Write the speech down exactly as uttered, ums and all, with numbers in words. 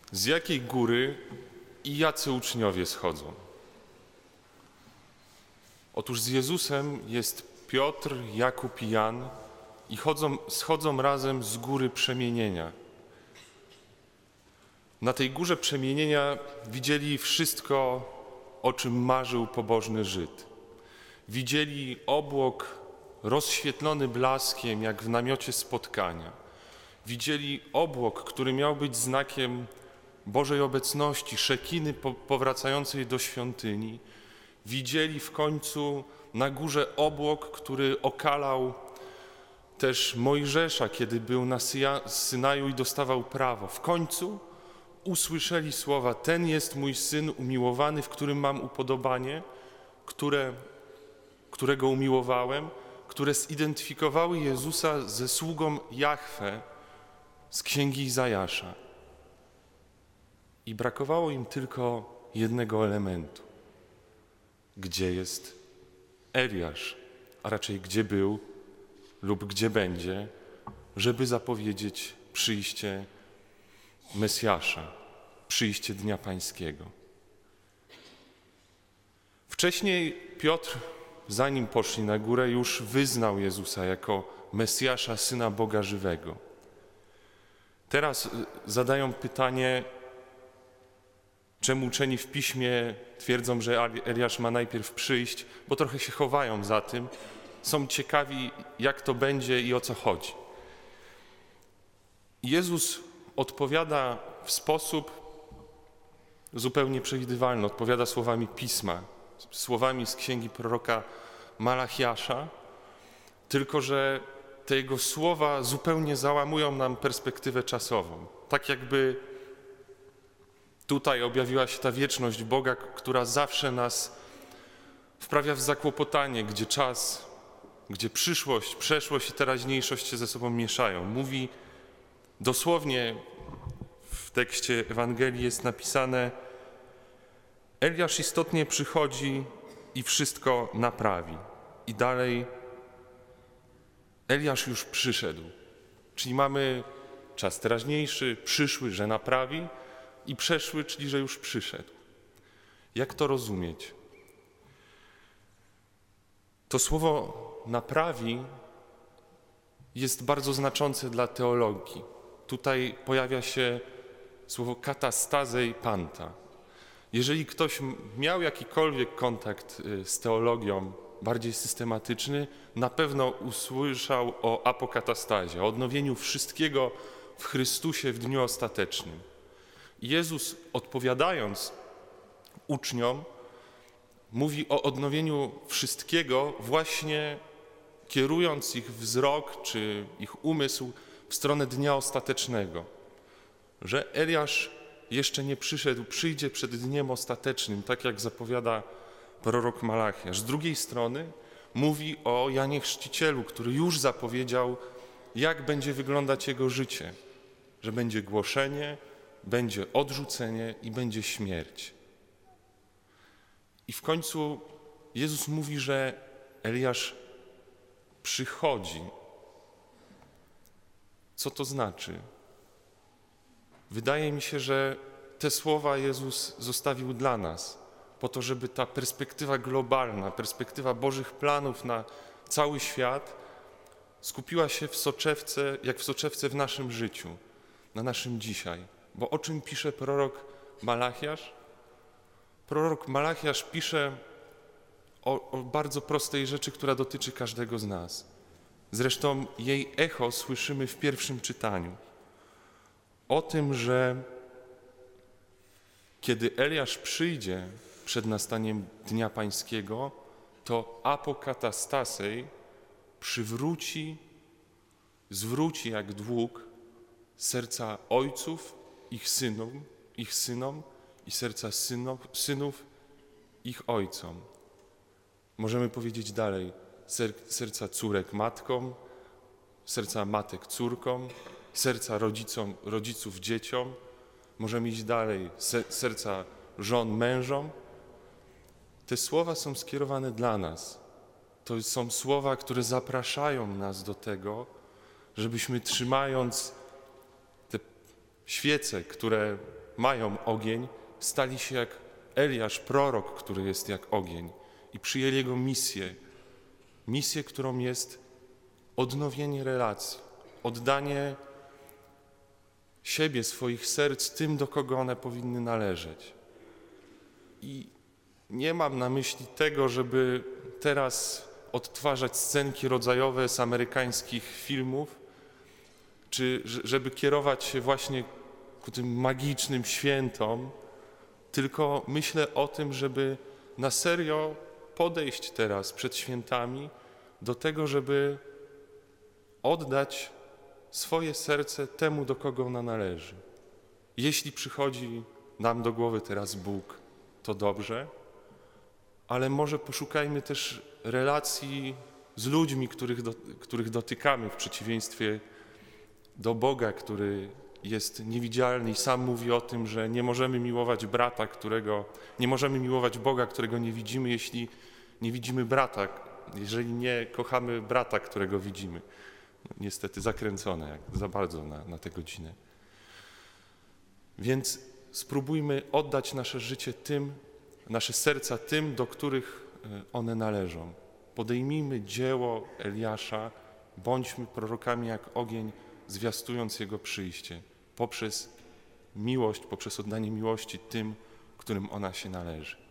Z jakiej góry i jacy uczniowie schodzą? Otóż z Jezusem jest Piotr, Jakub i Jan i chodzą, schodzą razem z góry przemienienia. Na tej górze przemienienia widzieli wszystko, o czym marzył pobożny Żyd. Widzieli obłok rozświetlony blaskiem, jak w namiocie spotkania. Widzieli obłok, który miał być znakiem Bożej obecności, szekiny powracającej do świątyni. Widzieli w końcu na górze obłok, który okalał też Mojżesza, kiedy był na Synaju i dostawał prawo. W końcu usłyszeli słowa: ten jest mój Syn umiłowany, w którym mam upodobanie, które, którego umiłowałem, które zidentyfikowały Jezusa ze sługą Jahwe z księgi Izajasza. I brakowało im tylko jednego elementu. Gdzie jest Eliasz, a raczej gdzie był lub gdzie będzie, żeby zapowiedzieć przyjście Mesjasza, przyjście Dnia Pańskiego. Wcześniej Piotr, zanim poszli na górę, już wyznał Jezusa jako Mesjasza, Syna Boga żywego. Teraz zadają pytanie, czemu uczeni w Piśmie twierdzą, że Eliasz ma najpierw przyjść, bo trochę się chowają za tym, są ciekawi, jak to będzie i o co chodzi. Jezus odpowiada w sposób zupełnie przewidywalny, odpowiada słowami Pisma, słowami z księgi proroka Malachiasza, tylko że te jego słowa zupełnie załamują nam perspektywę czasową. Tak jakby tutaj objawiła się ta wieczność Boga, która zawsze nas wprawia w zakłopotanie, gdzie czas, gdzie przyszłość, przeszłość i teraźniejszość się ze sobą mieszają. Mówi dosłownie w tekście Ewangelii jest napisane: Eliasz istotnie przychodzi i wszystko naprawi. I dalej Eliasz już przyszedł. Czyli mamy czas teraźniejszy, przyszły, że naprawi, i przeszły, czyli że już przyszedł. Jak to rozumieć? To słowo naprawi jest bardzo znaczące dla teologii. Tutaj pojawia się słowo katastazei panta. Jeżeli ktoś miał jakikolwiek kontakt z teologią bardziej systematyczny, na pewno usłyszał o apokatastazie, o odnowieniu wszystkiego w Chrystusie w dniu ostatecznym. Jezus, odpowiadając uczniom, mówi o odnowieniu wszystkiego, właśnie kierując ich wzrok czy ich umysł w stronę dnia ostatecznego. Że Eliasz jeszcze nie przyszedł, przyjdzie przed dniem ostatecznym, tak jak zapowiada prorok Malachiasz. Z drugiej strony mówi o Janie Chrzcicielu, który już zapowiedział, jak będzie wyglądać jego życie, że będzie głoszenie, będzie odrzucenie i będzie śmierć. I w końcu Jezus mówi, że Eliasz przychodzi. Co to znaczy? Wydaje mi się, że te słowa Jezus zostawił dla nas, po to, żeby ta perspektywa globalna, perspektywa Bożych planów na cały świat skupiła się w soczewce, jak w soczewce w naszym życiu, na naszym dzisiaj. Bo o czym pisze prorok Malachiasz? Prorok Malachiasz pisze o, o bardzo prostej rzeczy, która dotyczy każdego z nas. Zresztą jej echo słyszymy w pierwszym czytaniu. O tym, że kiedy Eliasz przyjdzie przed nastaniem Dnia Pańskiego, to apokatastasej przywróci, zwróci jak dług serca ojców ich synom, ich synom i serca synów, synów ich ojcom. Możemy powiedzieć dalej, ser, serca córek matkom, serca matek córkom, serca rodzicom, rodziców dzieciom. Możemy iść dalej, se, serca żon mężom. Te słowa są skierowane dla nas. To są słowa, które zapraszają nas do tego, żebyśmy trzymając te świece, które mają ogień, stali się jak Eliasz, prorok, który jest jak ogień i przyjęli jego misję. Misję, którą jest odnowienie relacji, oddanie siebie, swoich serc tym, do kogo one powinny należeć. I nie mam na myśli tego, żeby teraz odtwarzać scenki rodzajowe z amerykańskich filmów, czy żeby kierować się właśnie ku tym magicznym świętom, tylko myślę o tym, żeby na serio podejść teraz przed świętami do tego, żeby oddać swoje serce temu, do kogo ona należy. Jeśli przychodzi nam do głowy teraz Bóg, to dobrze, ale może poszukajmy też relacji z ludźmi, których, do, których dotykamy, w przeciwieństwie do Boga, który jest niewidzialny i sam mówi o tym, że nie możemy miłować brata, którego, nie możemy miłować Boga, którego nie widzimy, jeśli nie widzimy brata, jeżeli nie kochamy brata, którego widzimy. No, niestety zakręcone jak za bardzo na, na tę godzinę. Więc spróbujmy oddać nasze życie tym, nasze serca tym, do których one należą. Podejmijmy dzieło Eliasza, bądźmy prorokami jak ogień, zwiastując Jego przyjście poprzez miłość, poprzez oddanie miłości tym, którym ona się należy.